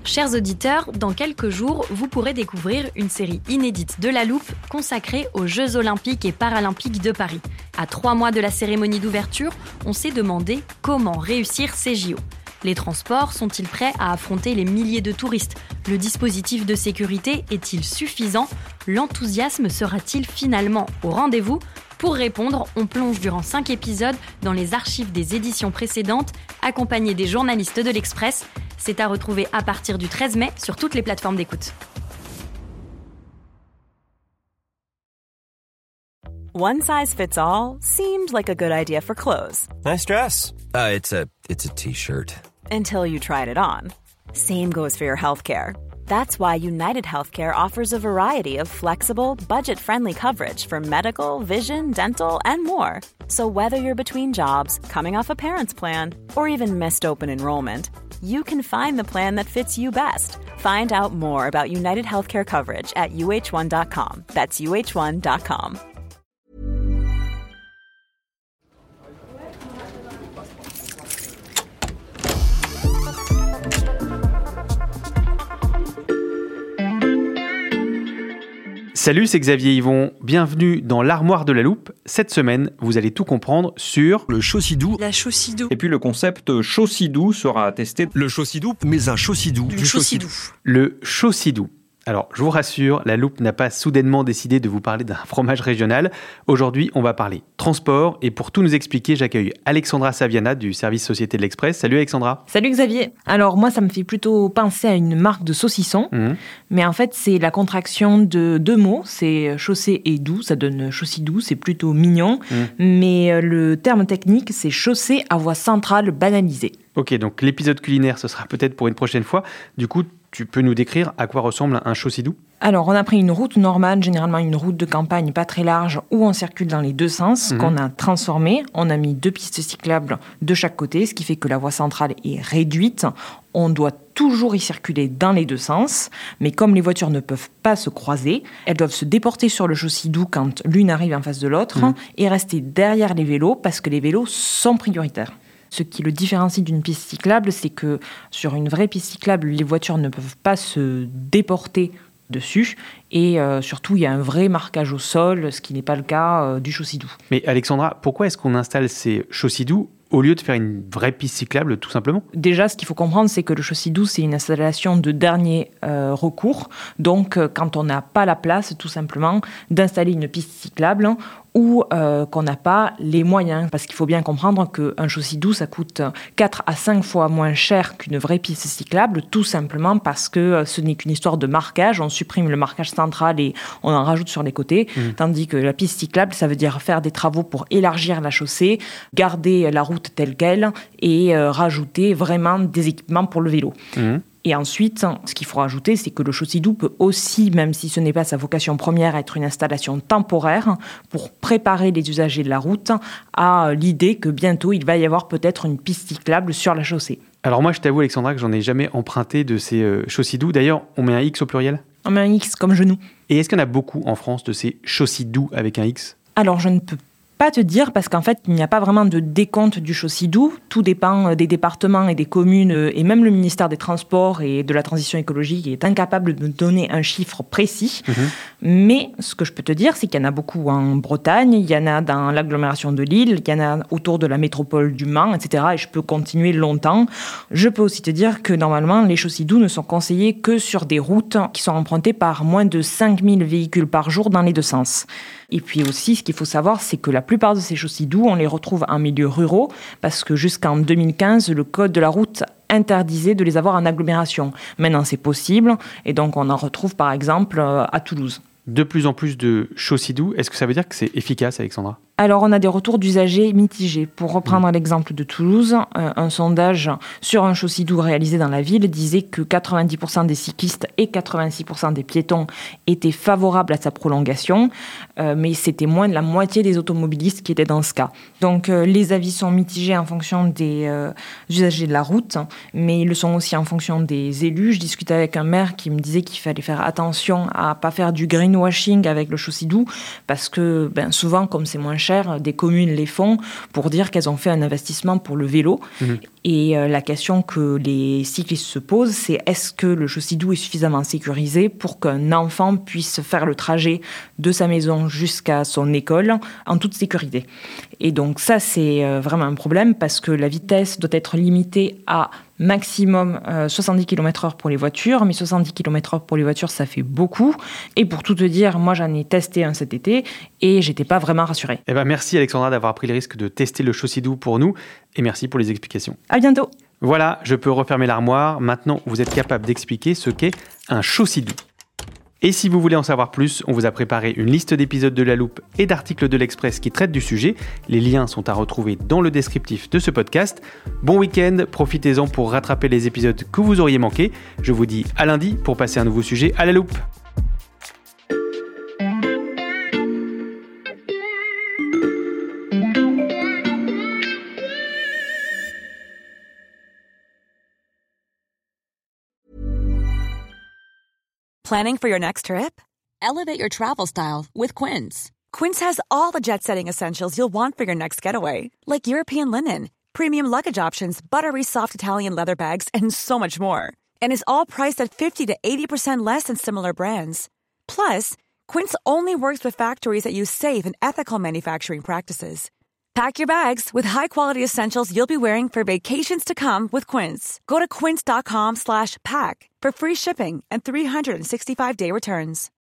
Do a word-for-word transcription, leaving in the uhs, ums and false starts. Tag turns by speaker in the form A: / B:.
A: Chers auditeurs, dans quelques jours, vous pourrez découvrir une série inédite de La Loupe consacrée aux Jeux Olympiques et Paralympiques de Paris. À trois mois de la cérémonie d'ouverture, on s'est demandé comment réussir ces J O. Les transports sont-ils prêts à affronter les milliers de touristes ? Le dispositif de sécurité est-il suffisant ? L'enthousiasme sera-t-il finalement au rendez-vous ? Pour répondre, on plonge durant cinq épisodes dans les archives des éditions précédentes, accompagnés des journalistes de l'Express. C'est à retrouver à partir du treize mai sur toutes les plateformes d'écoute.
B: One size fits all seemed like a good idea for clothes.
C: Nice dress. Uh, it's a it's a t-shirt.
B: Until you tried it on. Same goes for your healthcare. That's why United Healthcare offers a variety of flexible, budget-friendly coverage for medical, vision, dental, and more. So whether you're between jobs, coming off a parent's plan, or even missed open enrollment, you can find the plan that fits you best. Find out more about United Healthcare coverage at U H one dot com. That's U H one dot com.
D: Salut, c'est Xavier Yvon. Bienvenue dans l'Armoire de la Loupe. Cette semaine, vous allez tout comprendre sur
E: le Chaucidou.
F: La Chaucidou.
G: Et puis le concept Chaucidou sera testé.
E: Le Chaucidou, mais un Chaucidou.
F: Du Chaucidou.
D: Le Chaucidou. Alors, je vous rassure, la Loupe n'a pas soudainement décidé de vous parler d'un fromage régional. Aujourd'hui, on va parler transport. Et pour tout nous expliquer, j'accueille Alexandra Saviana du service Société de l'Express. Salut Alexandra.
F: Salut Xavier. Alors moi, ça me fait plutôt penser à une marque de saucisson. Mmh. Mais en fait, c'est la contraction de deux mots. C'est chaussée et doux. Ça donne chaucidou. C'est plutôt mignon. Mmh. Mais le terme technique, c'est chaussée à voie centrale banalisée.
D: Ok, donc l'épisode culinaire, ce sera peut-être pour une prochaine fois. Du coup, tu peux nous décrire à quoi ressemble un chaucidou ?
F: Alors, on a pris une route normale, généralement une route de campagne pas très large, où on circule dans les deux sens, mmh. qu'on a transformée. On a mis deux pistes cyclables de chaque côté, ce qui fait que la voie centrale est réduite. On doit toujours y circuler dans les deux sens, mais comme les voitures ne peuvent pas se croiser, elles doivent se déporter sur le chaucidou quand l'une arrive en face de l'autre mmh. et rester derrière les vélos parce que les vélos sont prioritaires. Ce qui le différencie d'une piste cyclable, c'est que sur une vraie piste cyclable, les voitures ne peuvent pas se déporter dessus. Et euh, surtout, il y a un vrai marquage au sol, ce qui n'est pas le cas euh, du chaucidou.
D: Mais Alexandra, pourquoi est-ce qu'on installe ces chaucidous au lieu de faire une vraie piste cyclable, tout simplement ?
F: Déjà, ce qu'il faut comprendre, c'est que le chaucidou, c'est une installation de dernier euh, recours. Donc, euh, quand on n'a pas la place, tout simplement, d'installer une piste cyclable ou euh, qu'on n'a pas les moyens. Parce qu'il faut bien comprendre qu'un chaucidou, ça coûte quatre à cinq fois moins cher qu'une vraie piste cyclable, tout simplement parce que ce n'est qu'une histoire de marquage. On supprime le marquage central et on en rajoute sur les côtés. Mmh. Tandis que la piste cyclable, ça veut dire faire des travaux pour élargir la chaussée, garder la route telle qu'elle et euh, rajouter vraiment des équipements pour le vélo. Mmh. Et ensuite, ce qu'il faut rajouter, c'est que le chaucidou peut aussi, même si ce n'est pas sa vocation première, être une installation temporaire pour préparer les usagers de la route à l'idée que bientôt, il va y avoir peut-être une piste cyclable sur la chaussée.
D: Alors moi, je t'avoue, Alexandra, que j'en ai jamais emprunté de ces euh, chaucidous. D'ailleurs, on met un X au pluriel ?
F: On met un X comme genou.
D: Et est-ce qu'il y en a beaucoup en France de ces chaucidous avec un X ?
F: Alors, je ne peux pas te dire, parce qu'en fait, il n'y a pas vraiment de décompte du chaucidou. Tout dépend des départements et des communes, et même le ministère des Transports et de la Transition écologique est incapable de donner un chiffre précis. Mmh. Mais ce que je peux te dire, c'est qu'il y en a beaucoup en Bretagne, il y en a dans l'agglomération de Lille, il y en a autour de la métropole du Mans, et cetera. Et je peux continuer longtemps. Je peux aussi te dire que normalement, les chaucidous ne sont conseillés que sur des routes qui sont empruntées par moins de cinq mille véhicules par jour dans les deux sens. Et puis aussi, ce qu'il faut savoir, c'est que la plupart de ces chaucidous, on les retrouve en milieu ruraux, parce que jusqu'en deux mille quinze, le code de la route interdisait de les avoir en agglomération. Maintenant, c'est possible, et donc on en retrouve par exemple à Toulouse.
D: De plus en plus de chaucidous, est-ce que ça veut dire que c'est efficace, Alexandra ?
F: Alors, on a des retours d'usagers mitigés. Pour reprendre mmh. l'exemple de Toulouse, euh, un sondage sur un chaucidou réalisé dans la ville disait que quatre-vingt-dix pour cent des cyclistes et quatre-vingt-six pour cent des piétons étaient favorables à sa prolongation, euh, mais c'était moins de la moitié des automobilistes qui étaient dans ce cas. Donc, euh, les avis sont mitigés en fonction des euh, usagers de la route, mais ils le sont aussi en fonction des élus. Je discutais avec un maire qui me disait qu'il fallait faire attention à ne pas faire du greenwashing avec le chaucidou, parce que ben, souvent, comme c'est moins cher, cher, des communes les font pour dire qu'elles ont fait un investissement pour le vélo. Mmh. Et euh, la question que les cyclistes se posent, c'est est-ce que le Chaussy-Doux est suffisamment sécurisé pour qu'un enfant puisse faire le trajet de sa maison jusqu'à son école en toute sécurité. Et donc ça, c'est euh, vraiment un problème parce que la vitesse doit être limitée à maximum euh, soixante-dix kilomètres heure pour les voitures, mais soixante-dix kilomètres heure pour les voitures, ça fait beaucoup. Et pour tout te dire, moi j'en ai testé un cet été et j'étais pas vraiment rassurée.
D: Eh ben, merci Alexandra d'avoir pris le risque de tester le Chaussy-Doux pour nous et merci pour les explications.
F: À bientôt.
D: Voilà, je peux refermer l'armoire. Maintenant, vous êtes capable d'expliquer ce qu'est un Chaussy-Doux. Et si vous voulez en savoir plus, on vous a préparé une liste d'épisodes de La Loupe et d'articles de l'Express qui traitent du sujet. Les liens sont à retrouver dans le descriptif de ce podcast. Bon week-end, profitez-en pour rattraper les épisodes que vous auriez manqués. Je vous dis à lundi pour passer un nouveau sujet à La Loupe.
H: Planning for your next trip? Elevate your travel style with Quince. Quince has all the jet-setting essentials you'll want for your next getaway, like European linen, premium luggage options, buttery soft Italian leather bags, and so much more. And is all priced at fifty to eighty percent less than similar brands. Plus, Quince only works with factories that use safe and ethical manufacturing practices. Pack your bags with high-quality essentials you'll be wearing for vacations to come with Quince. Go to quince.com slash pack for free shipping and three sixty-five day returns.